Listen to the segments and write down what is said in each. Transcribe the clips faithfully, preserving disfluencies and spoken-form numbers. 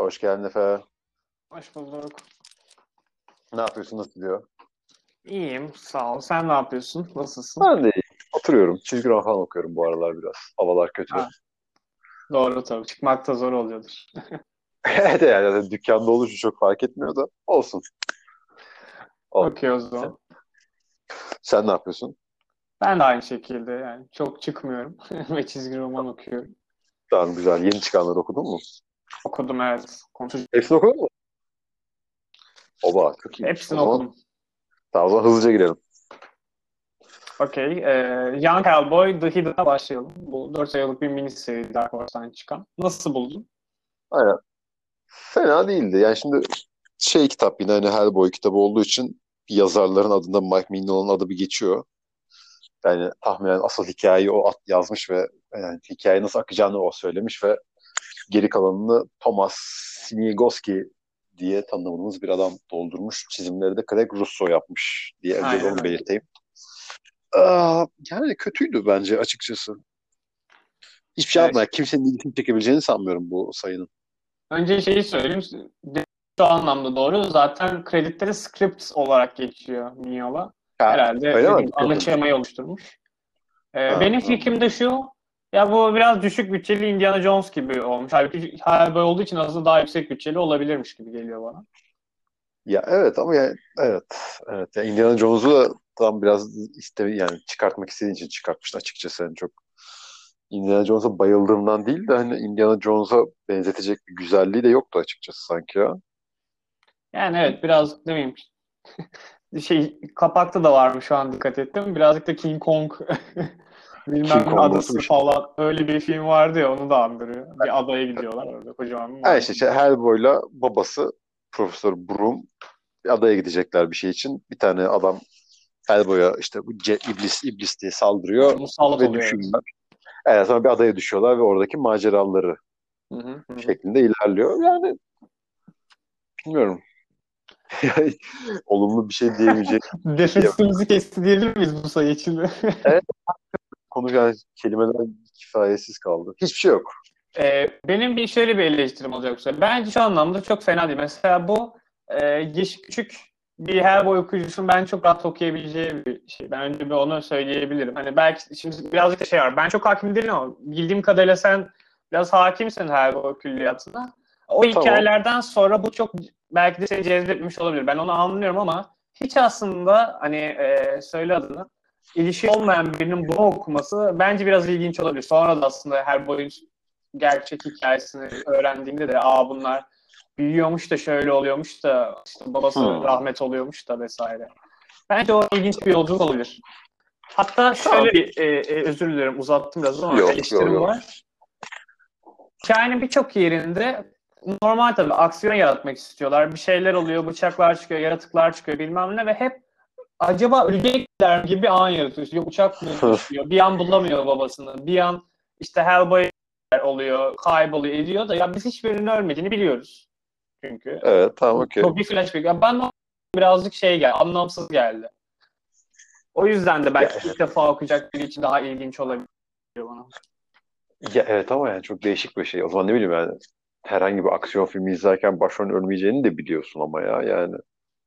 Hoş geldin Efe. Hoş bulduk. Ne yapıyorsun? Nasıl gidiyor? İyiyim, sağ ol. Sen ne yapıyorsun? Nasılsın? Ben de iyiyim. Oturuyorum. Çizgi roman falan okuyorum bu aralar biraz. Havalar kötü. Ha, doğru tabii. Çıkmak da zor oluyordur. Evet yani zaten dükkanda olunca çok fark etmiyor da olsun. Olsun. Okey o Sen, zaman. sen ne yapıyorsun? Ben de aynı şekilde yani çok çıkmıyorum ve çizgi roman okuyorum. Tamam güzel. Yeni çıkanları okudun mu? Okudum, evet. Konuşacağım. Hepsini okudun mu? Oba çok iyiymiş. O Hepsini zaman, okudum. tamam, o zaman hızlıca girelim. Okey. Ee, Young Hellboy The Hidden'a başlayalım. Bu dört sayılık bir mini seri Dark Horse'tan çıkan. Nasıl buldun? Aynen. Fena değildi. Yani şimdi şey kitap yine hani Hellboy kitabı olduğu için yazarların adında Mike Mignola'nın adı bir geçiyor. Yani tahminen asıl hikayeyi o at yazmış ve yani hikaye nasıl akacağını o söylemiş ve geri kalanını Thomas Sinigoski diye tanıdığımız bir adam doldurmuş. Çizimleri de Craig Russo yapmış diye önce Aynen onu öyle. belirteyim. Aa, yani kötüydü bence açıkçası. Hiçbir şey Ee, yapmaya, kimsenin ilgisini çekebileceğini sanmıyorum bu sayının. Önce şeyi söyleyeyim. Şu anlamda doğru. Zaten kreditleri script olarak geçiyor Mignola. Ha, Herhalde öyle mi? dediğim gibi Dikkat ana etmedim. şemayı oluşturmuş. Ee, Ha, benim fikrim de şu. Ya bu biraz düşük bütçeli Indiana Jones gibi olmuş. Halbuki Hellboy olduğu için aslında daha yüksek bütçeli olabilirmiş gibi geliyor bana. ya evet ama yani evet. Evet. Ya Indiana Jones'u da tam biraz iste yani çıkartmak istediğin için çıkartmıştı açıkçası. Yani çok Indiana Jones'a bayıldığımdan değil de hani Indiana Jones'a benzetecek bir güzelliği de yoktu açıkçası sanki ya. Yani evet, biraz ne bileyim, şey kapakta da varmış, şu an dikkat ettim. Birazcık da King Kong King bilmem ne Kong'umsu adası bir şey. falan, öyle bir film vardı ya, onu da andırıyor. Bir adaya gidiyorlar, orada kocaman bir Ha işte, maymun. işte Hellboy'la babası Profesör Broom bir adaya gidecekler bir şey için. Bir tane adam Hellboy'a işte bu ce- iblis iblis diye Yani saldırıyor musallat ve oluyor, evet. düşüyorlar. Evet, sonra bir adaya düşüyorlar ve oradaki maceraları Hı hı, hı hı. şeklinde ilerliyor. Yani bilmiyorum. Yani olumlu bir şey diyemeyecek diyemem. Nefesimizi kesti diyebilir miyiz bu sayı için? Evet, konu yani kelimeler kifayetsiz kaldı. Hiçbir şey yok. Ee, benim bir şöyle bir eleştirim olacak bu sefer. Bence şu anlamda çok fena değil. Mesela bu e, yaşı küçük bir Hellboy okuyucusunun ben çok rahat okuyabileceği bir şey. Ben önce bir onu söyleyebilirim. Hani belki şimdi birazcık da şey var. Ben çok hakim değilim ama bildiğim kadarıyla sen biraz hakimsin Hellboy külliyatına. O Tamam. hikayelerden sonra bu çok belki de seni cezbetmiş olabilir. Ben onu anlıyorum ama hiç aslında hani e, söyle adını, ilişki olmayan birinin bunu okuması bence biraz ilginç olabilir. Sonra da aslında Hellboy'un gerçek hikayesini öğrendiğinde de aa bunlar büyüyormuş da şöyle oluyormuş da işte babası Hmm. rahmet oluyormuş da vesaire. Bence o ilginç bir yolculuk olabilir. Hatta Tamam. şöyle bir e, e, özür dilerim, uzattım biraz ama Yok yok eleştirim yok. var. Hikayenin birçok yerinde normal tabii aksiyon yaratmak istiyorlar. Bir şeyler oluyor, bıçaklar çıkıyor, yaratıklar çıkıyor bilmem ne ve hep acaba ölecekler gibi bir an yaratıyor. Yok uçak mı düşüyor, bir an bulamıyor babasını, bir an işte Hellboy oluyor, kayboluyor ediyor da ya biz hiçbirinin ölmediğini biliyoruz çünkü. Evet, tamam, okey. Çok bir flashback. Ya ben birazcık şey geldi, anlamsız geldi. O yüzden de Ya, belki ilk defa okuyacak biri için daha ilginç olabilir bana. ya evet ama yani çok değişik bir şey. O zaman ne bileyim yani herhangi bir aksiyon filmi izlerken başrolün ölmeyeceğini de biliyorsun ama ya yani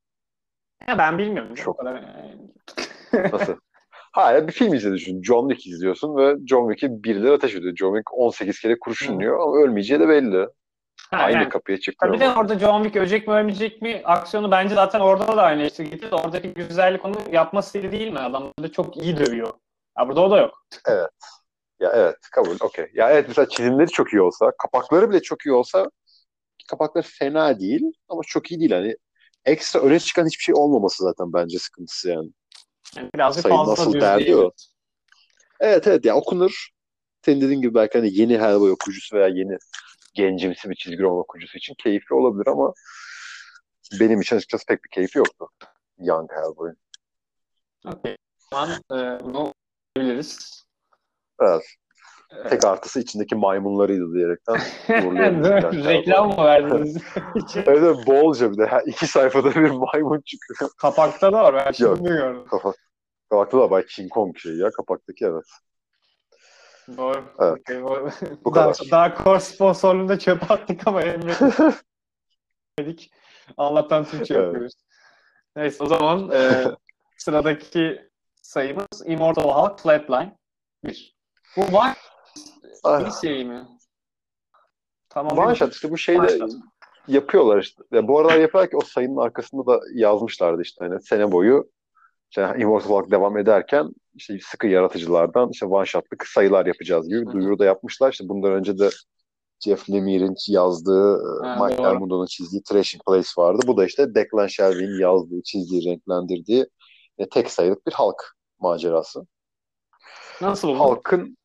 Ya ben bilmiyorum canım, o çok kadar. Yani. nasıl? Hayır, bir film izle düşün. John Wick izliyorsun ve John Wick'i birileri ateş ediyor. John Wick on sekiz kere kurşunluyor ama ölmeyeceği de belli. Ha, Aynı yani kapıya çıkmıyor tabii de mu? orada John Wick ölecek mi ölmeyecek mi aksiyonu bence zaten orada da aynı işte gitti. Oradaki güzellik onu yapma stili değil mi? Adam da çok iyi dövüyor. Ya burada o da yok. Evet. Ya evet, kabul. Okey. Ya evet, mesela çizimleri çok iyi olsa, kapakları bile çok iyi olsa, kapakları fena değil ama çok iyi değil. Hani ekstra öne çıkan hiçbir şey olmaması zaten bence sıkıntısı yani. Yani birazcık Sayının fazla asıl düz derdi o. diyebiliriz. Evet evet, ya okunur. Senin dediğin gibi belki hani yeni Hellboy okuyucusu veya yeni gencimsi bir çizgi roman okuyucusu için keyifli olabilir ama benim için açıkçası pek bir keyfi yoktu Young Hellboy'un. Okey. O zaman e, bunu biliriz. Evet. Tek E, artısı içindeki maymunlarıydı diyerekten uğurlayabiliriz Young Hellboy'u. reklam mı verdiniz için? Evet, evet, bolca bir de. Ha, iki sayfada bir maymun çıkıyor. Kapakta da var. Ben Yok. şimdi gördüm. Kapak, kapakta da Bay King Kong şeyi ya. Kapaktaki evet. Doğru. Evet, Okay, o- bu Daha, kadar. daha Core sponsorluğunu da çöpe attık ama emretmedik. Allah'tan Türkçe Evet. yapıyoruz. Neyse o zaman e, sıradaki sayımız Immortal Hulk Flatline bir. Bu one bir Ah, seri mi? Tamam one emin shot değilim. işte bu One şeyde shot. yapıyorlar işte. Ya bu aralar yapıyorlar ki o sayının arkasında da yazmışlardı işte hani sene boyu işte Immortal Hulk devam ederken işte sıkı yaratıcılardan işte one shot'lık sayılar yapacağız gibi Hı bir hı. duyuru da yapmışlar. İşte bundan önce de Jeff Lemire'in yazdığı, e, Ha, Mike doğru. Delmundo'nun çizdiği Thrashing Place vardı. Bu da işte Declan Shelby'nin yazdığı, çizdiği, renklendirdiği e, tek sayılık bir Hulk macerası. Nasıl buldun? Hulk'ın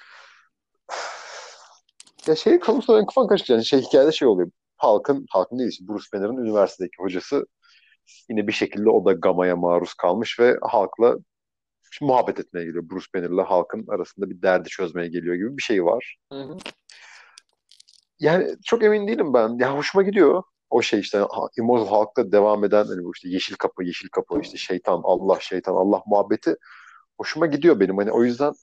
ya şey konusunda en kafam karıştı. Yani şey hikayede şey oluyor. Hulk'ın, Hulk'ın değil işte Bruce Banner'ın üniversitedeki hocası yine bir şekilde o da gamaya maruz kalmış ve Hulk'la muhabbet etmeye geliyor. Bruce Banner'la Hulk'ın arasında bir derdi çözmeye geliyor gibi bir şey var. Hı hı. Yani çok emin değilim ben. Ya hoşuma gidiyor. O şey işte ha- Immortal Hulk'ta devam eden hani bu işte yeşil kapı, yeşil kapı, işte şeytan, Allah, şeytan, Allah muhabbeti hoşuma gidiyor benim. Hani o yüzden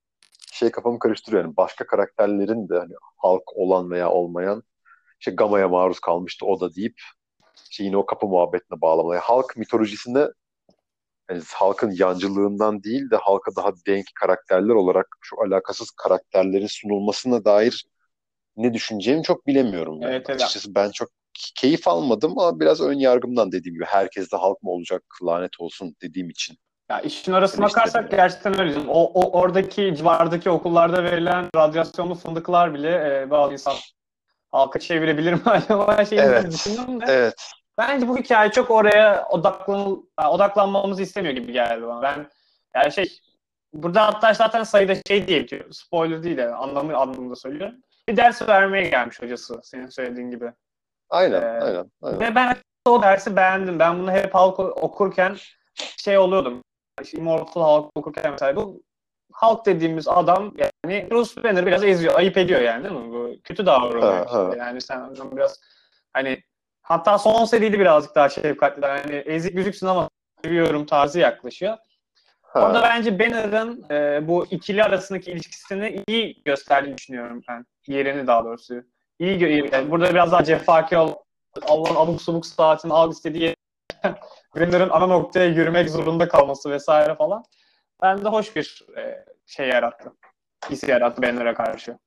şey kafamı karıştırıyor. Yani başka karakterlerin de hani Hulk olan veya olmayan işte Gama'ya maruz kalmıştı o da deyip işte yine o kapı muhabbetine bağlamalı. Yani Hulk mitolojisinde yani Hulk'ın yancılığından değil de Hulk'a daha denk karakterler olarak şu alakasız karakterlerin sunulmasına dair ne düşüneceğimi çok bilemiyorum yani. Evet, evet. Açıkçası ben çok keyif almadım ama biraz ön yargımdan dediğim gibi herkes de halk mı olacak lanet olsun dediğim için Ya işin arasına eleştirelim bakarsak yani. gerçekten öyle. O, o oradaki civardaki okullarda verilen radyasyonlu fındıklar bile e, bazı insan halka çevirebilir mi acaba şeyini de Evet, düşündüm de. evet. Bence bu hikaye çok oraya odaklan, odaklanmamızı istemiyor gibi geldi bana. Ben yani şey burada hatta zaten sayıda şey diye bitiyor. Spoiler değil de anlamı anlamında söylüyorum. Bir ders vermeye gelmiş hocası senin söylediğin gibi. Aynen, Ee, aynen, aynen. ve ben o dersi beğendim. Ben bunu hep halk okurken şey oluyordum. İşte Immortal Hulk okurken mesela bu Hulk dediğimiz adam yani Bruce Banner biraz eziyor, ayıp ediyor yani değil mi? Bu kötü Ha, davranıyor ha, işte. Yani sen onu biraz hani hatta son seriydi birazcık daha şefkatli. Yani ezik gözüksün ama seviyorum tarzı yaklaşıyor. Orada ha. bence Banner'ın e, bu ikili arasındaki ilişkisini iyi gösterdiğini düşünüyorum ben. Yerini daha doğrusu. İyi gö- yani burada biraz daha cefakar ol, Allah'ın abuk subuk saatini al istediği Banner'ın ana noktaya yürümek zorunda kalması vesaire falan. Bende hoş bir e, şey yarattı. His yarattı Banner'a karşı.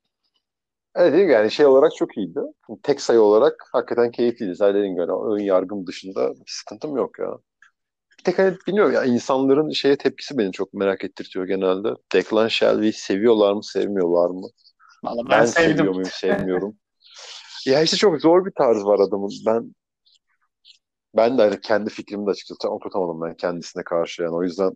Evet değil mi? Yani şey olarak çok iyiydi. Tek sayı olarak hakikaten keyifliydi. Zaten dediğim gibi hani ön yargım dışında bir sıkıntım yok ya. Bir tek hani bilmiyorum ya insanların şeye tepkisi beni çok merak ettirtiyor genelde. Declan Shelby'yi seviyorlar mı, sevmiyorlar mı? Vallahi ben Ben sevdim. seviyor muyum, sevmiyorum. Ya işte çok zor bir tarz var adamın. Ben ben de hani kendi fikrimi de açıkçası oturtamadım ben kendisine karşı yani. O yüzden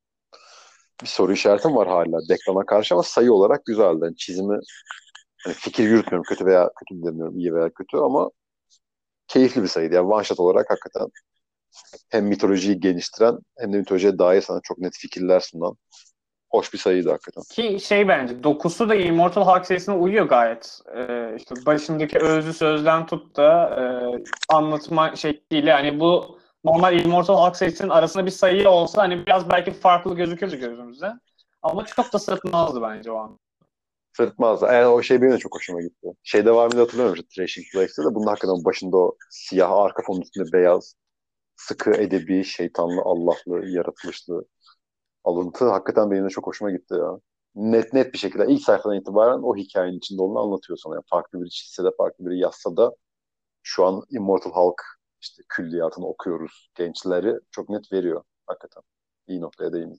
bir soru işaretim var hala Declan'a karşı ama sayı olarak güzeldi. Yani çizimi hani fikir yürütmüyorum kötü veya kötü demiyorum iyi veya kötü ama keyifli bir sayıydı. Yani one shot olarak hakikaten hem mitolojiyi geliştiren hem de mitolojiye dair sana çok net fikirler sunan hoş bir sayıydı hakikaten. Ki şey bence dokusu da Immortal Hulk serisine uyuyor gayet. Ee, işte başındaki özlü sözden tut da e, anlatma şekliyle hani bu normal Immortal Hulk serisinin arasında bir sayı olsa hani biraz belki farklı gözükürdü gözümüzde. Ama çok da sırıtmazdı bence o an. Sırıtmaz. Yani o şey benim de çok hoşuma gitti. Şeyde var mıydı hatırlamıyorum işte Thrashing Place'te de bunun hakikaten başında o siyah arka fonun üstünde beyaz sıkı edebi, şeytanlı, Allah'lı, yaratılışlı alıntı hakikaten benim de çok hoşuma gitti ya. Net net bir şekilde ilk sayfadan itibaren o hikayenin içinde olduğunu anlatıyor sana. Yani farklı biri çizse de farklı biri yazsa da şu an Immortal Hulk işte külliyatını okuyoruz. Gençleri çok net veriyor hakikaten. İyi noktaya değindi.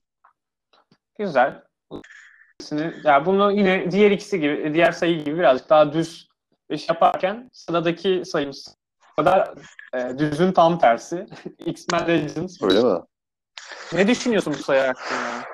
Güzel. Ya bunu yine diğer ikisi gibi, diğer sayı gibi birazcık daha düz iş yaparken sıradaki sayımız kadar e, düzün tam tersi. X-Men Legends Öyle bir. mi? Ne düşünüyorsun bu sayı hakkında?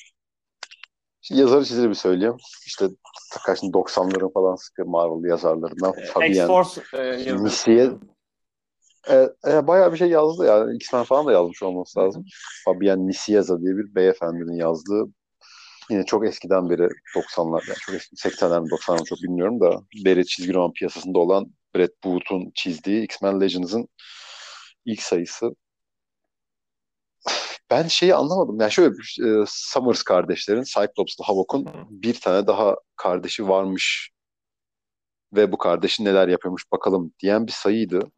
Şimdi yazarı çizeri bir söyleyeyim. İşte kaçın doksanların falan sıkı Marvel yazarlarından E, Fabian X-Force e, Nicieza. yazıyorsun. E, e, bayağı bir şey yazdı yani. X-Men falan da yazmış olması Hı hı. lazım. Fabian Nicieza diye bir beyefendinin yazdığı yine çok eskiden beri doksanlar yani çok eski seksenler mi doksanlar mı çok bilmiyorum da beri çizgi roman piyasasında olan Brad Booth'un çizdiği X-Men Legends'ın ilk sayısı. Ben şeyi anlamadım. Yani şöyle bir, e, Summers kardeşlerin, Cyclops'la Havok'un bir tane daha kardeşi varmış ve bu kardeşi neler yapıyormuş bakalım diyen bir sayıydı.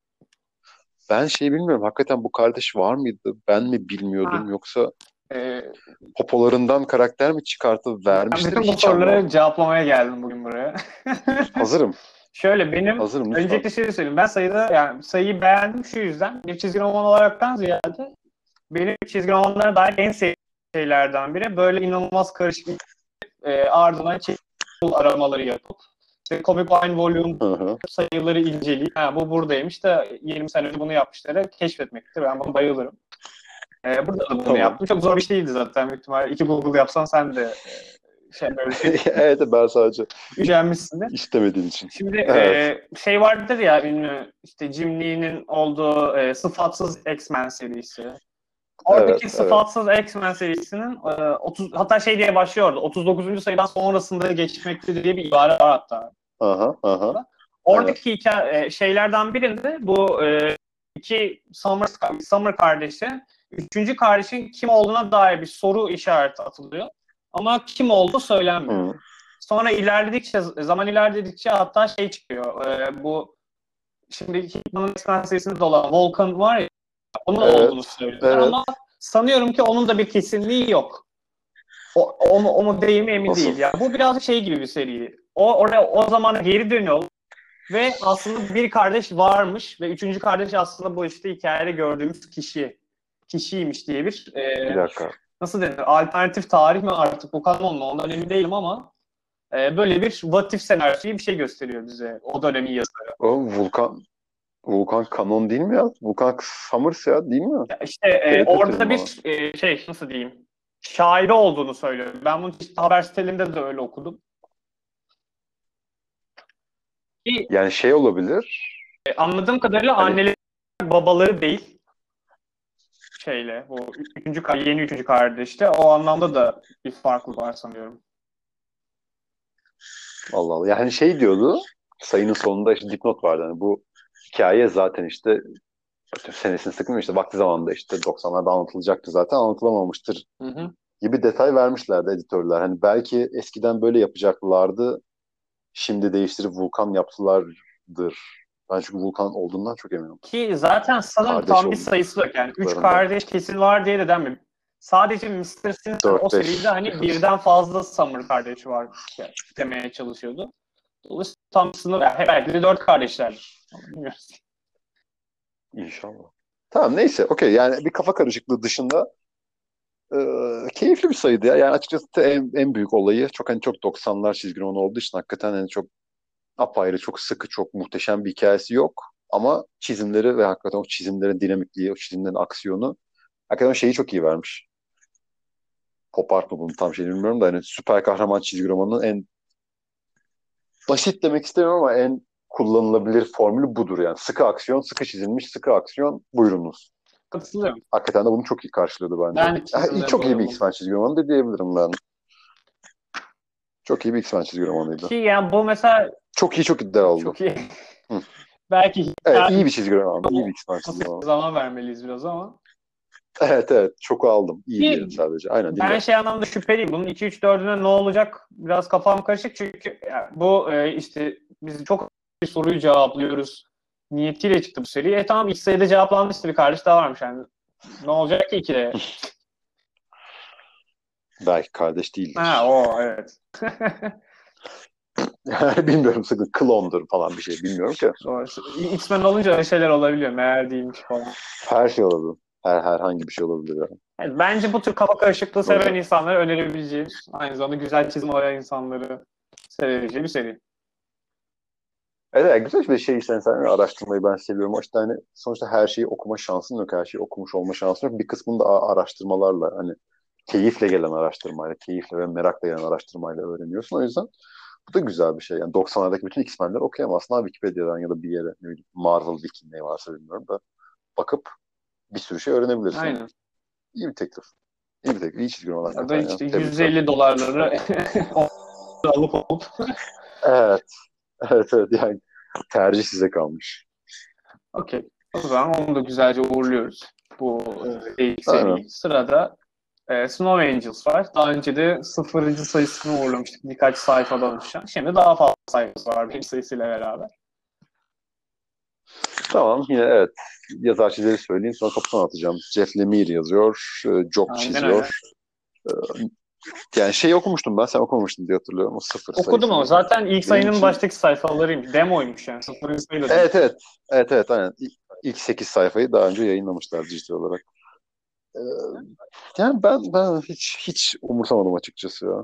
Ben şey bilmiyorum. Hakikaten bu kardeş var mıydı? Ben mi bilmiyordum Ha, yoksa e, popolarından karakter mi çıkartıp ben vermişler bütün bu hiç soruları anlamadım. cevaplamaya geldim bugün buraya. Hazırım. Şöyle benim Hazırım lütfen. öncelikle şey söyleyeyim. Ben sayıda yani sayıyı beğendim şu yüzden. Bir çizgi roman olaraktan ziyade benim çizgi romanlara dair en sevdiğim şeylerden biri. Böyle inanılmaz karışık e, ardından çizgi aramaları yapıp işte Comic Line Volume Hı hı. sayıları inceleyip ha, bu buradaymış da yirmi sene önce bunu yapmışları keşfetmektir. Ben buna bayılırım. E, burada da bunu Tamam. yaptım. Çok zor bir şey değildi zaten. Büyük ihtimalle iki Google yapsan sen de e, şey böyle şey Evet ben sadece üşenmişsin de. istemediğin için. Şimdi Evet. e, şey vardır ya ünlü işte Jim Lee'nin olduğu e, Sıfatsız X-Men serisi. Evet. Oradaki Evet. Sıfatsız X-Men serisinin e, otuz hatta şey diye başlıyordu. otuz dokuzuncu sayıdan sonrasında geçmektedir diye bir ibare var hatta. Aha. Aha. Aynen. Oradaki hikaye, e, şeylerden birinde bu e, iki Summer, Summer kardeşi, üçüncü kardeşin kim olduğuna dair bir soru işareti atılıyor. Ama kim olduğu söylenmiyor. Hı. Sonra ilerledikçe, zaman ilerledikçe hatta şey çıkıyor. E, bu şimdi Hitman'ın X-Men serisinde de olan Volkan var ya, onun olduğunu Evet. söylüyorlar Evet. ama sanıyorum ki onun da bir kesinliği yok. O, o, mu, o mu değil mi emin Nasıl? değil. Ya bu biraz şey gibi bir seri. O oraya o zaman geri dönüyor ve aslında bir kardeş varmış ve üçüncü kardeş aslında bu işte hikayede gördüğümüz kişi kişiymiş diye bir Bir e, dakika. nasıl denir? Alternatif tarih mi artık bu kanon mu? Ondan emin değilim ama e, böyle bir what if senaryosu bir şey gösteriyor bize o dönemin yazarı. O Vulkan Vulkan kanon değil mi ya? Vulkan Summers ya değil mi? Ya İşte e, T R T orada film bana. bir e, şey nasıl diyeyim şairi olduğunu söylüyor. Ben bunu işte haber sitelerinde de öyle okudum. Ki Yani şey olabilir. e, anladığım kadarıyla Hani anneleri babaları değil şeyle bu üçüncü yeni üçüncü kardeşte o anlamda da bir farklılık var sanıyorum. Allah Allah. Yani şey diyordu. Sayının sonunda işte dipnot vardı. Hani bu hikaye zaten işte senesini sıkmıyor işte vakti zamanında işte doksanlarda anlatılacaktı zaten anlatılamamıştır Hı hı. gibi detay vermişlerdi editörler. Hani belki eskiden böyle yapacaklardı. Şimdi değiştirip Vulkan yaptılardır. Ben çünkü Vulkan olduğundan çok eminim. Ki zaten sanırım Kardeş tam bir sayısı yok. Yani üç olduklarından. kardeş kesin var diye de denmiyor. Sadece mister Simpson o Dört seride beş hani diyoruz. birden fazla Summer kardeşi var yani, demeye çalışıyordu. Dolayısıyla tam sınır, yani belki de dört kardeşler. Bilmiyoruz. İnşallah. Tamam neyse okey yani bir kafa karışıklığı dışında e, keyifli bir sayıydı ya. Yani açıkçası en, en büyük olayı çok hani çok doksanlar çizgi romanı olduğu için hakikaten hani çok apayrı, çok sıkı, çok muhteşem bir hikayesi yok. Ama çizimleri ve hakikaten o çizimlerin dinamikliği, o çizimlerin aksiyonu hakikaten şeyi çok iyi vermiş. Pop art mı bunu tam şey bilmiyorum da hani süper kahraman çizgi romanının en basit demek istemiyorum ama en kullanılabilir formülü budur yani. Sıkı aksiyon, sıkı çizilmiş, sıkı aksiyon buyurunuz. Katılıyorum. Hakikaten de bunu çok iyi karşılıyordu bence. Ben de Ya, iyi- çizimlerine çok iyi bir bayıldım. X-Men çizgi romanı da diyebilirim ben. Çok iyi bir X-Men çizgi romanıydı. Ki yani bu mesela Çok iyi, çok iddialı. çok iyi. Hı. Belki Evet, hikaye iyi bir çizgi roman, iyi bir X-Men çizgi olması romanı. zaman vermeliyiz biraz ama. Evet, evet, çok aldım. İyi diyelim Ki sadece. Aynen ben dinle. şey anlamda şüpheliyim. Bunun iki üç dördüne ne olacak? Biraz kafam karışık çünkü yani bu e, işte biz çok bir soruyu cevaplıyoruz niyetiyle çıktı bu seri. E tamam ilk sayıda cevaplanmıştı bir kardeş daha varmış yani. Ne olacak ki ikide? Belki kardeş Ha değildir. o evet. Yani bilmiyorum sıkı klondur falan bir şey bilmiyorum ki. Doğru. X-Men olunca öyle şeyler olabiliyor. Meğer değilmiş falan. Her şey olabilir. Her herhangi bir şey olabilir yani. Evet, bence bu tür kafa karışıklığı O seven yüzden. insanlara önerebileceğimiz, aynı zamanda güzel çizim arayan insanları sevebileceği bir seri. Evet, evet, güzel bir şey işte sen araştırmayı ben seviyorum. O işte hani sonuçta her şeyi okuma şansın yok. Her şeyi okumuş olma şansın yok. Bir kısmını da a- araştırmalarla hani keyifle gelen araştırmayla, keyifle ve merakla gelen araştırmayla öğreniyorsun. O yüzden bu da güzel bir şey. Yani doksanlardaki bütün X-Men'leri okuyamazsın abi Wikipedia'dan ya da bir yere ne bileyim Marvel Wiki ne varsa bilmiyorum da bakıp bir sürü şey öğrenebilirsin. Aynen. İyi bir teklif. İyi bir teklif. İyi çizgi roman Ya da hakikaten ya. işte Tebrikler. yüz elli dolarları alıp alıp. Evet. Evet evet yani tercih size kalmış. Okey. O zaman onu da güzelce uğurluyoruz. Bu e, ilk Aynen. seri. Sırada e, Snow Angels var. Daha önce de sıfırıncı sayısını uğurlamıştık birkaç sayfadan oluşan. Şimdi daha fazla sayfası var bir sayısıyla beraber. Tamam yine evet. Yazar çizeri söyleyeyim sonra kapıdan atacağım. Jeff Lemire yazıyor. e, Jock Aynen öyle. çiziyor. Yani şey okumuştum ben. Sen okumamıştın diye hatırlıyorum. O sıfır Okudum ama sayısını. zaten ilk Benim sayının için baştaki sayfalarıymış. Demoymuş yani. Sıfırıncı sayı da değil. evet evet. Evet evet aynen. İlk, ilk sekiz sayfayı daha önce yayınlamışlar dijital olarak. Ee, yani ben ben hiç hiç umursamadım açıkçası ya.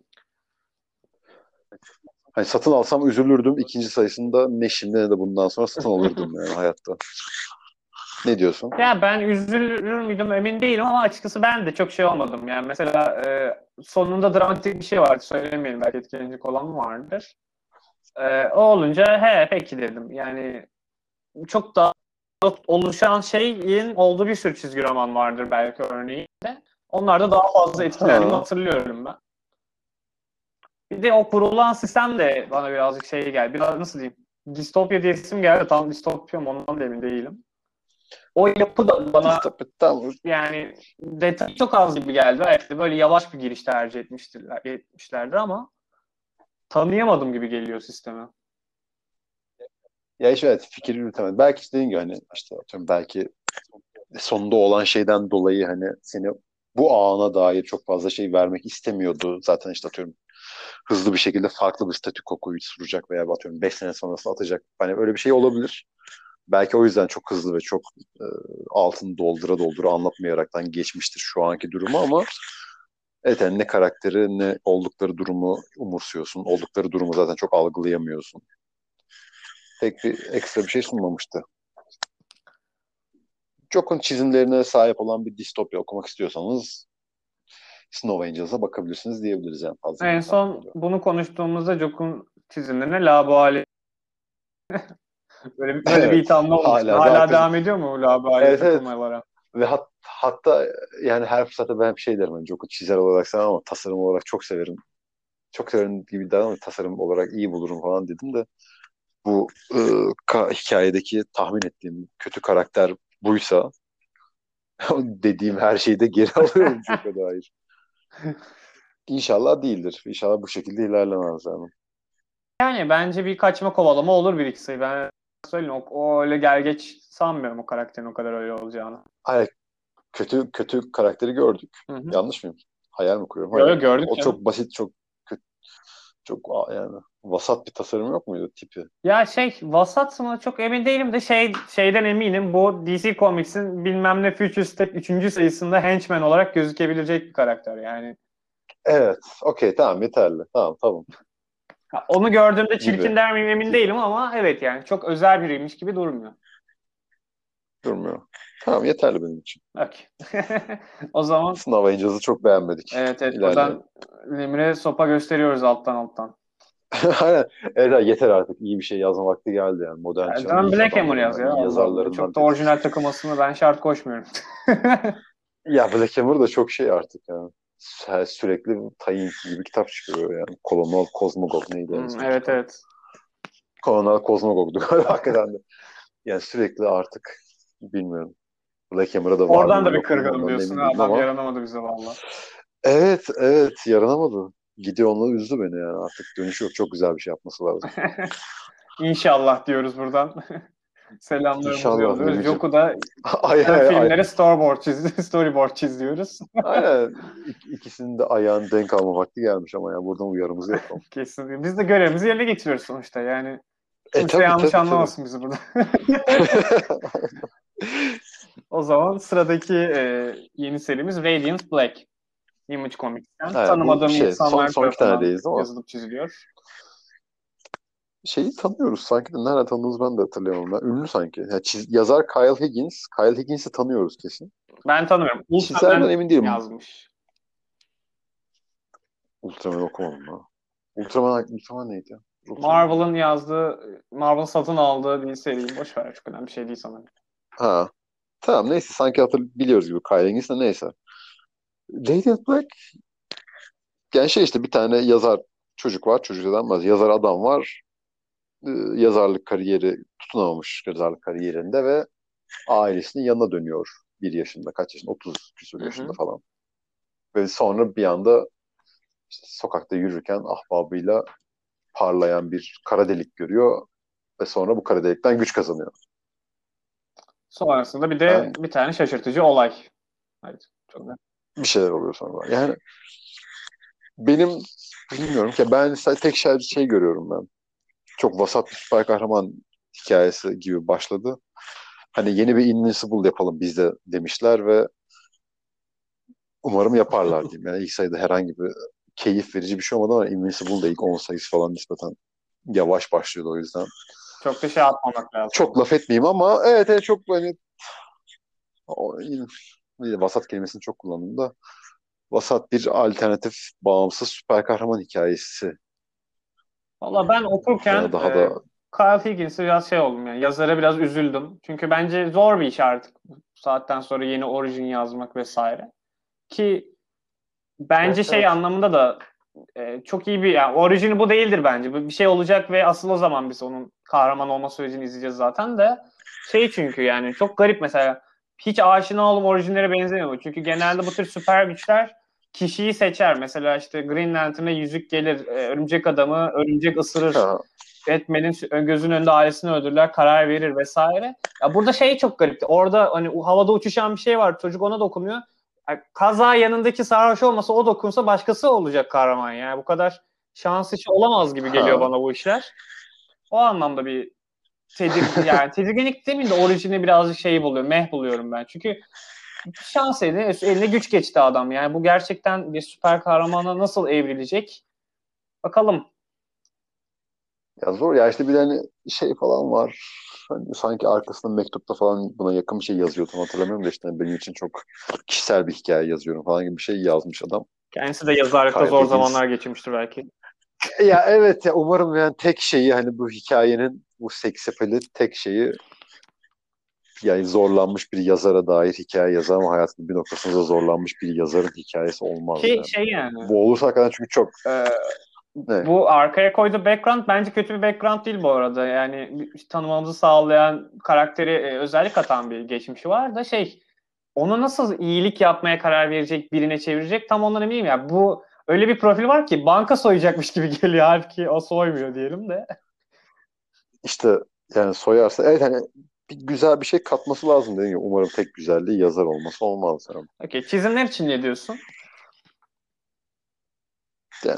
Hani satın alsam üzülürdüm. İkinci sayısında ne şimdi ne de bundan sonra satın alırdım yani hayatta. Ne diyorsun? Ya ben üzülür müydüm emin değilim ama açıkçası ben de çok şey olmadım. Yani mesela e, sonunda dramatik bir şey vardı. Söylemeyelim belki etkileyecek olan mı vardır. E, o olunca he peki dedim. Yani çok daha oluşan şeyin olduğu bir sürü çizgi roman vardır belki örneğin de. Onlarda daha fazla etkilendiğimi Ha. hatırlıyorum ben. Bir de o kurulan sistem de bana birazcık şey geldi. Biraz nasıl diyeyim? Distopya diye isim geldi. Tam distopya mı ondan da emin değilim. O yapı da bana Distopya tam yani detay çok az gibi geldi. Belki de böyle yavaş bir giriş tercih etmiştirler, etmişlerdir ama tanıyamadım gibi geliyor sisteme. ya işte evet fikir yürütemedi. Belki işte dediğin gibi hani işte atıyorum belki sonunda olan şeyden dolayı hani seni bu ana dair çok fazla şey vermek istemiyordu. Zaten işte atıyorum hızlı bir şekilde farklı bir statü koyu sunacak veya atıyorum beş sene sonrasında atacak. Hani öyle bir şey olabilir. Belki o yüzden çok hızlı ve çok e, altını doldura doldura anlatmayaraktan geçmiştir şu anki durumu ama evet yani ne karakteri ne oldukları durumu umursuyorsun. Oldukları durumu zaten çok algılayamıyorsun. Pek bir ekstra bir şey sunmamıştı. Jock'un çizimlerine sahip olan bir distopya okumak istiyorsanız Snow Angels'a bakabilirsiniz diyebiliriz yani fazla En diyeyim son bunu konuştuğumuzda Jok'un çizimlerine Labuali böyle, böyle bir Evet. ithamda olmuştu. Hala da Hala arkadaş. devam ediyor mu Labuali Evet evet. takılmalara? Ve hat, hatta yani her fırsatta ben hep şey derim. Hani Jock'u çizer olarak sevmem ama tasarım olarak çok severim. Çok severim gibi değil ama tasarım olarak iyi bulurum falan dedim de bu e, ka- hikayedeki tahmin ettiğim kötü karakter buysa dediğim her şeyi de geri alıyorum Jock'a dair. İnşallah değildir. İnşallah bu şekilde ilerlemez yani. Yani bence bir kaçma kovalama olur bir ikisi. Ben söyleyeyim o, o öyle gel geç sanmıyorum o karakterin o kadar öyle olacağını. Hayır, kötü kötü karakteri gördük. Hı hı. Yanlış mıyım? Hayal mi kuruyorum? Yo, yo, Hayır. gördük O canım. çok basit, çok kötü, çok a- yani vasat bir tasarım yok muydu tipi? Ya şey vasat mı çok emin değilim de şey şeyden eminim bu D C Comics'in bilmem ne Future Step üçüncü sayısında Henchman olarak gözükebilecek bir karakter yani. Evet. Okey tamam yeterli. Tamam tamam. Ha, onu gördüğümde Gibi. çirkin der miyim emin Gibi. değilim ama evet yani çok özel biriymiş gibi durmuyor. Durmuyor. Tamam yeterli benim için. Okey. O zaman Sınav Angels'ı çok beğenmedik. evet evet İlerleyelim. buradan Lemire sopa gösteriyoruz alttan alttan. Aynen. Evet yeter artık. İyi bir şey yazma vakti geldi yani. Modern Yani çağın John iyi Black Hammer yaz adamlarından, ya iyi Allah Allah. yazarlarından Çok da biri. orijinal takılmasını ben şart koşmuyorum. Ya Black Hammer da çok şey artık yani. Sü- Sürekli tayin gibi kitap çıkıyor yani. Kolonel Kozmogov neydi en Hmm, son evet çıkan? evet. Kolonel Kozmogov'du galiba hakikaten de. Yani sürekli artık bilmiyorum. Black Hammer'a da var Oradan mıyım da bir yok muyum kırgınım ondan da diyorsun. emin Ha, değilim adam ama yaranamadı bize valla. evet evet yaranamadı. Gideon'la üzdü beni yani artık dönüşü yok. Çok güzel bir şey yapması lazım. İnşallah diyoruz buradan. Selamlarımızı İnşallah yolluyoruz. Lemicim. Joku da Ay, gelen ay, ay. filmlere storyboard, çiz storyboard çiziyoruz. Aynen. İk- ikisinin de ayağın denk alma vakti gelmiş ama ya buradan uyarımızı yapalım. Kesinlikle. Biz de görevimizi yerine getiriyoruz sonuçta. Yani E kimse tabii yanlış tabii tabii. anlamasın bizi burada. O zaman sıradaki e, yeni serimiz Radiant Black. Image Comics'ten. Aynen, bu Tanımadığım şey son insanlar son iki tane tarafından değiliz ama yazılıp çiziliyor. şeyi tanıyoruz sanki de nerede tanıdığımızı ben de hatırlayamam. Ben. Ünlü sanki. Ya çiz- yazar Kyle Higgins. Kyle Higgins'i tanıyoruz kesin. Ben tanımıyorum. Çizerden Ultraman emin değilim. yazmış. Ultraman okumadım ha. Ultraman, Ultraman neydi ya? Ultraman neydi? Marvel'ın yazdığı, Marvel'ın satın aldığı bir seri. Boş ver, çok önemli bir şey değil sanırım. Ha. Tamam neyse sanki hatır biliyoruz gibi Kyle Higgins de neyse. Radiant Black yani şey işte bir tane yazar çocuk var. Çocuk denmez. Yazar adam var. Ee, yazarlık kariyeri tutunamamış yazarlık kariyerinde ve ailesinin yanına dönüyor. bir yaşında, kaç yaşında? otuz küsur Hı yaşında hı. falan. Ve sonra bir anda işte sokakta yürürken ahbabıyla parlayan bir kara delik görüyor ve sonra bu kara delikten güç kazanıyor. Sonrasında bir de Ben bir tane şaşırtıcı olay. Hadi, çok net. bir şeyler oluyor sonra. Yani benim bilmiyorum ki ben sadece tek şey, şey görüyorum ben. Çok vasat bir süper kahraman hikayesi gibi başladı. Hani yeni bir Invincible yapalım biz de demişler ve umarım yaparlar diyeyim. Yani ilk sayıda herhangi bir keyif verici bir şey olmadı ama Invincible da ilk on sayısı falan nispeten yavaş başlıyordu o yüzden. Çok da şey yapmamak lazım. Çok laf etmeyeyim ama evet, evet çok hani o, yine, yine vasat kelimesini çok kullandım da vasat bir alternatif bağımsız süper kahraman hikayesi. Valla ben Ya okurken daha e, da Kyle Higgins'e biraz şey oldum yani. Yazara biraz üzüldüm. Çünkü bence zor bir iş artık. Bu saatten sonra yeni orijin yazmak vesaire. Ki bence evet, şey evet. anlamında da e, çok iyi bir yani orijini bu değildir bence. Bu bir şey olacak ve asıl o zaman biz onun kahraman olma sürecini izleyeceğiz zaten de. Şey çünkü yani çok garip mesela hiç aşina olduğum orijinlere benzemiyor bu. Çünkü genelde bu tür süper güçler kişiyi seçer. Mesela işte Green Lantern'a yüzük gelir, e, örümcek adamı örümcek ısırır. Ha, Batman'in gözünün önünde ailesini öldürürler, karar verir vesaire. Ya burada şey çok garipti. Orada hani havada uçuşan bir şey var. Çocuk ona dokunuyor. Yani kaza yanındaki sarhoş olmasa o dokunsa başkası olacak kahraman. Yani bu kadar şans işi olamaz gibi geliyor ha. bana bu işler. O anlamda bir tedir yani tedirginlik demeyeyim de orijini birazcık şey buluyor, meh buluyorum ben. Çünkü şans eline, eline güç geçti adam. Yani bu gerçekten bir süper kahramana nasıl evrilecek? Bakalım. Ya zor ya, işte bir de hani şey falan var. Hani sanki arkasında mektupta falan buna yakın bir şey yazıyor, tam hatırlamıyorum da işte benim için çok kişisel bir hikaye yazıyorum falan gibi bir şey yazmış adam. Kendisi de yazarlıkta Kyle zor Higgins. zamanlar geçirmiştir belki. Ya evet, ya umarım yani tek şeyi hani bu hikayenin bu seksapeli tek şeyi yani zorlanmış bir yazara dair hikaye yazar ama hayatının bir noktasında zorlanmış bir yazarın hikayesi olmaz Ki yani. şey yani Bu olursa hakikaten çünkü çok e, ne? bu arkaya koyduğu background bence kötü bir background değil bu arada. Yani tanımamızı sağlayan karakteri e, özellik katan bir geçmişi var da şey onu nasıl iyilik yapmaya karar verecek birine çevirecek tam ondan eminim ya. Bu öyle bir profil var ki banka soyacakmış gibi geliyor halbuki o soymuyor diyelim de. İşte yani soyarsa evet hani bir güzel bir şey katması lazım dediğim gibi. Umarım tek güzelliği yazar olması olmaz yani. Okey, çizimler için ne diyorsun? Yani,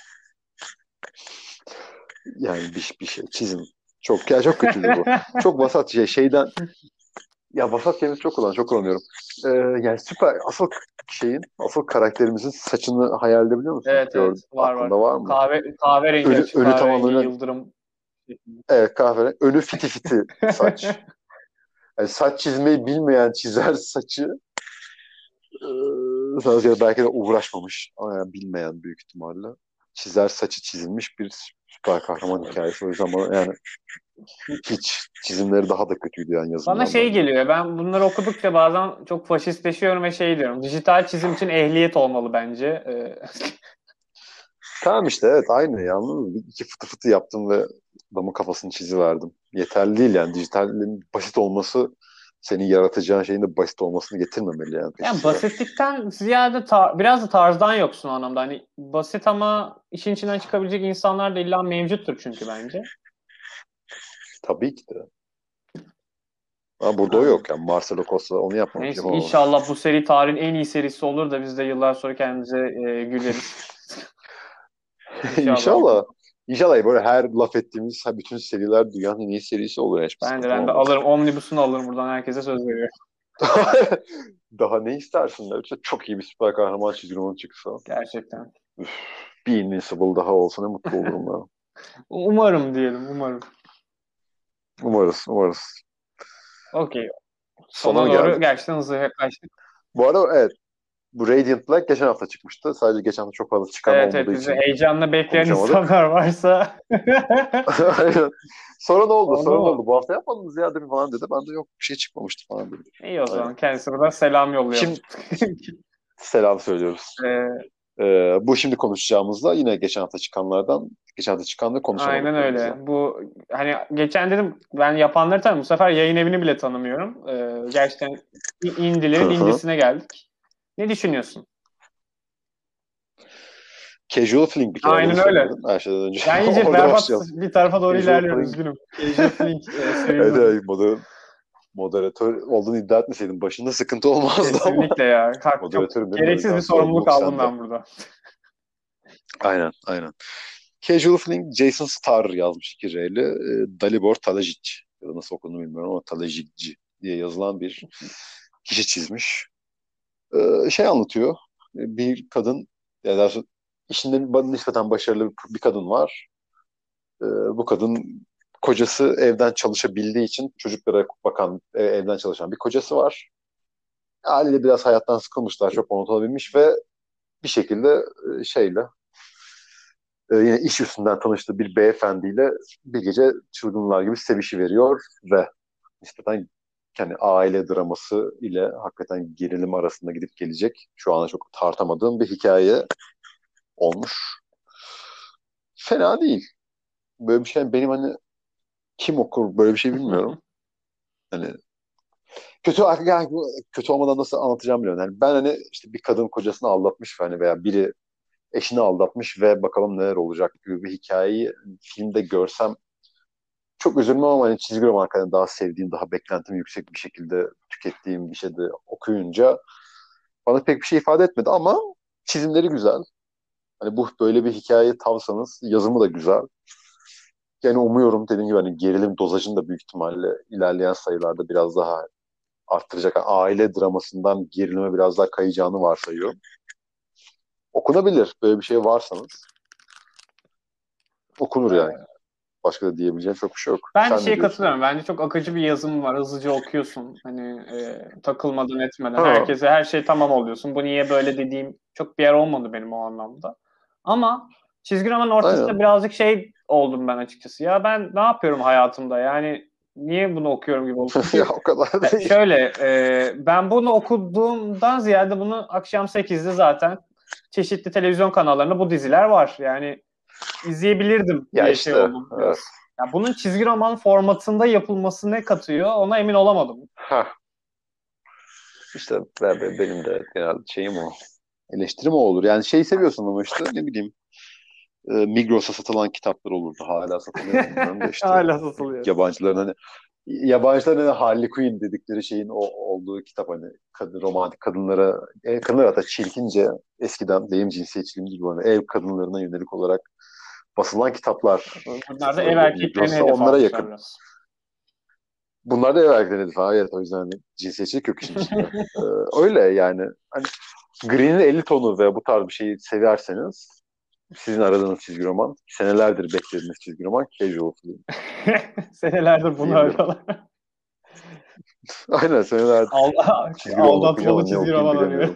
yani bir, bir şey çizim. Çok ya çok kötüydü bu. Çok vasat şey şeyden ya vasat kelimesi çok kullan çok kullanıyorum. Ee, yani süper asıl şeyin asıl karakterimizin saçını hayal edebiliyor musun? Evet Gör, evet var var. aklında var mı? Kahve kahverengi Önü, açık önü kahverengi tamamen yıldırım. evet, kahverengi. Önü fiti fiti saç. Yani saç çizmeyi bilmeyen çizer saçı Ee, sadece belki de uğraşmamış ama yani bilmeyen büyük ihtimalle. Çizer saçı çizilmiş bir süper kahraman hikayesi. O yüzden bana yani hiç çizimleri daha da kötüydü yani Bana yazımdan şey bence. geliyor. Ben bunları okudukça bazen çok faşistleşiyorum ve şey diyorum. Dijital çizim için ehliyet olmalı bence. Ee, Tamam işte evet aynı yalnız bir iki fıtı fıtı yaptım ve adamın kafasını çiziverdim. Yeterli değil yani dijitalin basit olması senin yaratacağın şeyin de basit olmasını getirmemeli yani peşi yani sıra. basitlikten ziyade tar- biraz da tarzdan yoksun o anlamda. Hani basit ama işin içinden çıkabilecek insanlar da illa mevcuttur çünkü bence. Tabii ki de. Ama burada o Yani yok yani Marcelo Costa onu yapmamış neyse yapamamış. inşallah bu seri tarihin en iyi serisi olur da biz de yıllar sonra kendimize e, güleriz. İnşallah. İnşallah. İnşallah böyle her laf ettiğimiz ha, bütün seriler dünyanın en iyi serisi olur. Yani hiçbir Ben de sıkıntı ben de olmaz. alırım. Omnibus'unu alırım buradan herkese söz veriyorum. Daha ne istersin? Ya? İşte çok iyi bir süper kahraman çizgi roman çıksa. Gerçekten. Üf, bir Invincible daha olsa ne mutlu olurum ben. Umarım diyelim umarım. Umarız, umarız. Okey. Sona Sona mı doğru geldik? gerçekten hızlı yaklaştık. Bu arada evet, bu Radiant Black geçen hafta çıkmıştı. Sadece geçen hafta çok fazla çıkan Evet evet olmadığı bizi için heyecanla bekleyen konuşamadık. insanlar varsa Aynen. Sonra ne oldu? Sonra ne onu oldu? Bu hafta yapmadınız ya değil mi falan dedi. Ben de yok bir şey çıkmamıştı falan dedim. iyi o Aynen. zaman kendisine buradan selam yollayalım. Şimdi selam söylüyoruz. Ee, Ee, bu şimdi konuşacağımızda yine geçen hafta çıkanlardan, geçen hafta çıkan ve Aynen öyle. konuşamadıklarımızdan. Bu hani geçen dedim ben yapanları tanıyorum. Bu sefer yayın evini bile tanımıyorum. Ee, gerçekten i- Hı indilerin hı. indisine geldik. Ne düşünüyorsun? Casual Feeling bir kere adını Aynen öyle. söylemedim her şeyden önce. Yani iyice Orada berbat başlayalım. bir tarafa doğru Casual ilerliyorum. Feeling. Üzgünüm. Casual Feeling e, Evet, seviyorum adı. evet, moder moderatör olduğunu iddia etmeseydim başında sıkıntı olmazdı ama Kesinlikle ya. Kalk, çok moderatörüm dedim, o gereksiz yüzden bir sorumluluk sorumluluk aldım sende. ben burada. Aynen, aynen. Casual Feeling Jason Starr yazmış iki R'li. E, Dalibor Talajic ya da nasıl okunduğunu bilmiyorum ama Talajicci diye yazılan bir kişi çizmiş. E, şey anlatıyor. E, Bir kadın, ya da işinde nispeten başarılı bir kadın var. E, bu kadın, kocası evden çalışabildiği için çocuklara bakan, e, evden çalışan bir kocası var. Haliyle biraz hayattan sıkılmışlar, çok unutulabilmiş ve bir şekilde e, şeyle e, yine iş üstünden tanıştığı bir beyefendiyle bir gece çılgınlar gibi sevişiveriyor ve nispeten yani aile draması ile hakikaten gerilim arasında gidip gelecek, şu anda çok tartamadığım bir hikaye olmuş. Fena değil. Böyle bir şey benim hani, kim okur böyle bir şey bilmiyorum. Hani kötü, yani kötü olmadan nasıl anlatacağım bilmiyorum. Yani ben hani işte bir kadın kocasını aldatmış hani, veya biri eşini aldatmış ve bakalım neler olacak gibi bir hikayeyi filmde görsem çok üzülmem ama hani çizgi roman hakikaten daha sevdiğim, daha beklentim yüksek bir şekilde tükettiğim bir şeyde okuyunca bana pek bir şey ifade etmedi ama çizimleri güzel. Hani bu böyle bir hikaye tavsanız, yazımı da güzel. Yani umuyorum, dediğim gibi hani gerilim dozajını da büyük ihtimalle ilerleyen sayılarda biraz daha arttıracak. Yani aile dramasından gerilime biraz daha kayacağını varsayıyorum. Okunabilir. Böyle bir şey varsanız okunur yani. Ee, Başka da diyebileceğim çok bir şey yok. Ben Sen ne şeye diyorsun? katılıyorum. Bence çok akıcı bir yazım var. Hızlıca okuyorsun. Hani e, takılmadan etmeden. Ha, Herkese her şey tamam oluyorsun. Bu niye böyle dediğim çok bir yer olmadı benim o anlamda. Ama çizgi romanın ortasında aynen. birazcık şey oldum ben açıkçası. Ya ben ne yapıyorum hayatımda? Yani niye bunu okuyorum gibi oldu. Ya Çünkü o kadar e, değil. şöyle e, ben bunu okuduğumdan ziyade bunu akşam sekizde zaten çeşitli televizyon kanallarında bu diziler var. Yani izleyebilirdim Ya diye şey işte, oldum evet. biraz. Ya bunun çizgi roman formatında yapılması ne katıyor ona emin olamadım. Ha, işte be- be- benim de genel şeyim o. Eleştirim o olur. Yani şey seviyorsun ama işte ne bileyim, e, Migros'a satılan kitaplar olurdu. Hala satılıyor mu bilmiyorum da işte Hala satılıyor. yabancıların hani, yabancıların hani Harley Quinn dedikleri şeyin o olduğu kitap, hani kadın, romantik kadınlara, ev kadınlar hatta çirkince, eskiden benim cinsiyetçiliğim gibi hani ev kadınlarına yönelik olarak basılan kitaplar Bunlar da ev satılırdı erkeklerine Migros'ta, hedef onlara almışlar yakın. biraz. Bunlar da ev erkekleriydi falan. Evet, o yüzden hani cinsiyetçilik yok işin içinde. Ee, öyle yani. Hani Green'in elli tonu ve bu tarz bir şeyi severseniz, sizin aradığınız çizgi roman, senelerdir beklediğiniz çizgi roman Casual Film Senelerdir bunu diyebilirim. arıyorlar. Aynen, senelerdir Ald- çizgi roman okuyacağım Aldatmalı ama ne çizgi okuyayım roman arıyorum. bilemiyorum.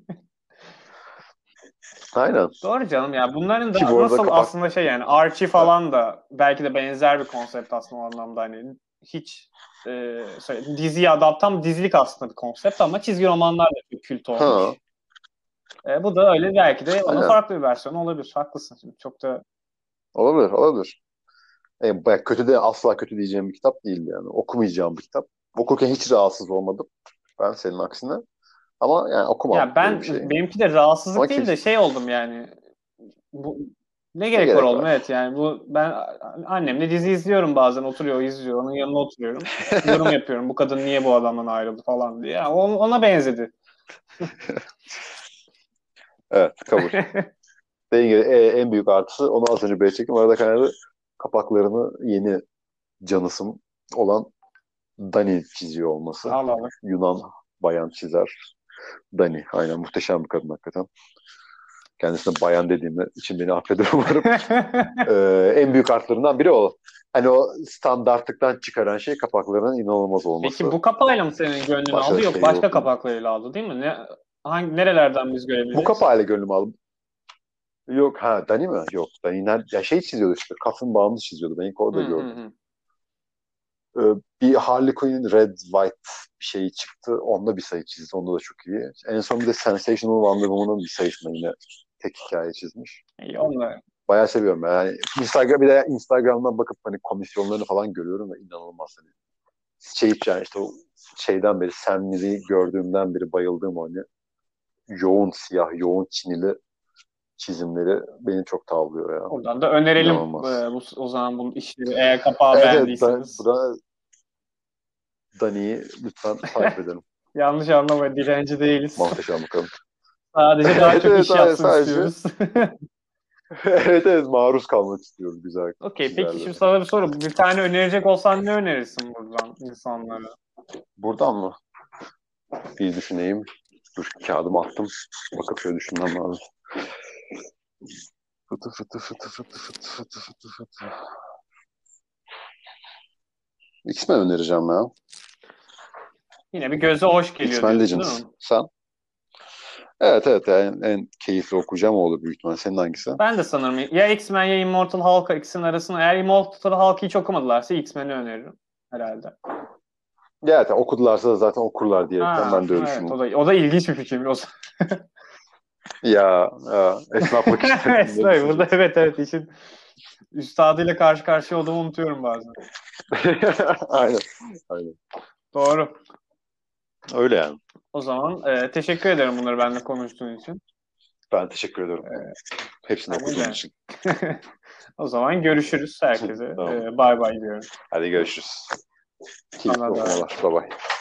Aynen. Doğru canım ya. Bunların Ki da bu arada nasıl kapak... aslında şey yani Archie Ha. falan da belki de benzer bir konsept aslında o anlamda hani hiç e, söyle- diziye adapt tam dizilik aslında bir konsept ama çizgi romanlar da çok kült Ha. olmuş. E, bu da öyle belki de onun Aynen. farklı bir versiyonu olabilir. Haklısın şimdi. Çok da Olabilir, olabilir. E, bayağı kötü de, asla kötü diyeceğim bir kitap değildi yani. Okumayacağım bir kitap. Okurken hiç rahatsız olmadım. Ben senin aksine. Ama yani okumam ya böyle bir ben şeyi. benimki de Ama rahatsızlık değil kim, de şey oldum yani. Bu ne ne gerek var gerek oğlum? var? Evet yani bu ben annemle dizi izliyorum bazen oturuyor izliyor onun yanına oturuyorum. Yorum yapıyorum bu kadın niye bu adamdan ayrıldı falan diye. Yani o- ona benzedi. Evet, kabul. Dediğim gibi e, en büyük artısı, onu az önce belirtecektim. Arada kaynadı, kapaklarını yeni canısım olan Dani çiziyor olması. Allah Allah. Yunan bayan çizer. Dani. Aynen, muhteşem bir kadın hakikaten. Kendisine bayan dediğimde için beni affeder umarım. Ee, en büyük artlarından biri o. Hani o standartlıktan çıkaran şey kapaklarının inanılmaz Peki olması. bu kapağıyla mı senin gönlünü Başta aldı da yok şey başka olsun. kapaklarıyla aldı değil mi? Ne hangi nerelerden biz Bu görebiliriz? kapağıyla gönlümü aldım. Yok, ha, Dani mi? Yok. Dani nerede? Ya şey çiziyordu işte. Kaplumbağanı çiziyordu. Ben ilk Hı orada hı gördüm. hı. Ee, bir Harley Quinn'in Red White bir şeyi çıktı. Onda bir sayı çizdi. Onda da çok iyi. En son bir de Sensational Wonder Woman'ın bir sayısında yine tek hikaye çizmiş. İyi, onunla. Bayağı seviyorum ben. Yani Instagram, bir de Instagram'dan bakıp hani komisyonlarını falan görüyorum ve inanılmaz. Hani şey yani işte o şeyden beri Sam Neill'i gördüğümden beri bayıldığım o hani yoğun siyah, yoğun çinili çizimleri beni çok tavlıyor ya. Oradan da önerelim e, İnanılmaz. bu, o zaman bu işleri eğer kapağı Evet, evet da, beğendiyseniz. buna Dani'yi lütfen takip edelim. Yanlış anlamayın, dilenci değiliz. Muhteşem bakalım. Sadece daha Evet, çok evet, iş hayır, yapsın sadece istiyoruz. evet, evet, maruz kalmak istiyoruz güzel Okey, peki çizerlere. şimdi sana bir soru. Bir tane önerecek olsan ne önerirsin buradan insanlara? Buradan mı? Bir düşüneyim. Dur, kağıdımı attım. Bakıp şöyle düşünmem lazım. Fıtı fıtı fıtı fıtı fıtı fıtı fıtı fıtı. X-Men önereceğim ya. Yine bir göze hoş geliyor X-Men diyorsun değil Legends. mi? Sen? Evet, evet, yani en keyifli okuyacağım o olur büyük ihtimal. Senin hangisi? Ben de sanırım ya X-Men ya Immortal Hulk, ikisinin arasında. Eğer Immortal Hulk'ı hiç okumadılarsa X-Men'i öneririm herhalde. Ya evet, okudularsa da zaten okurlar diyerekten Ha, ben de öyle evet, düşündüm. o da o da ilginç bir fikirmiş. Ya, ya esnaflık işte. Ne Esra, burada düşüneceksin? evet evet işin üstadıyla karşı karşıya olduğumu unutuyorum bazen. Aynen. Aynen. Doğru. Öyle yani. O zaman e, teşekkür ederim bunları benimle konuştuğun için. Ben teşekkür ederim. E, Hepsini ben okuduğum de. için. O zaman görüşürüz herkese. Tamam. E, bay bay diyorum. Hadi görüşürüz. Keyifli Sana da. okumalar. Bye bye.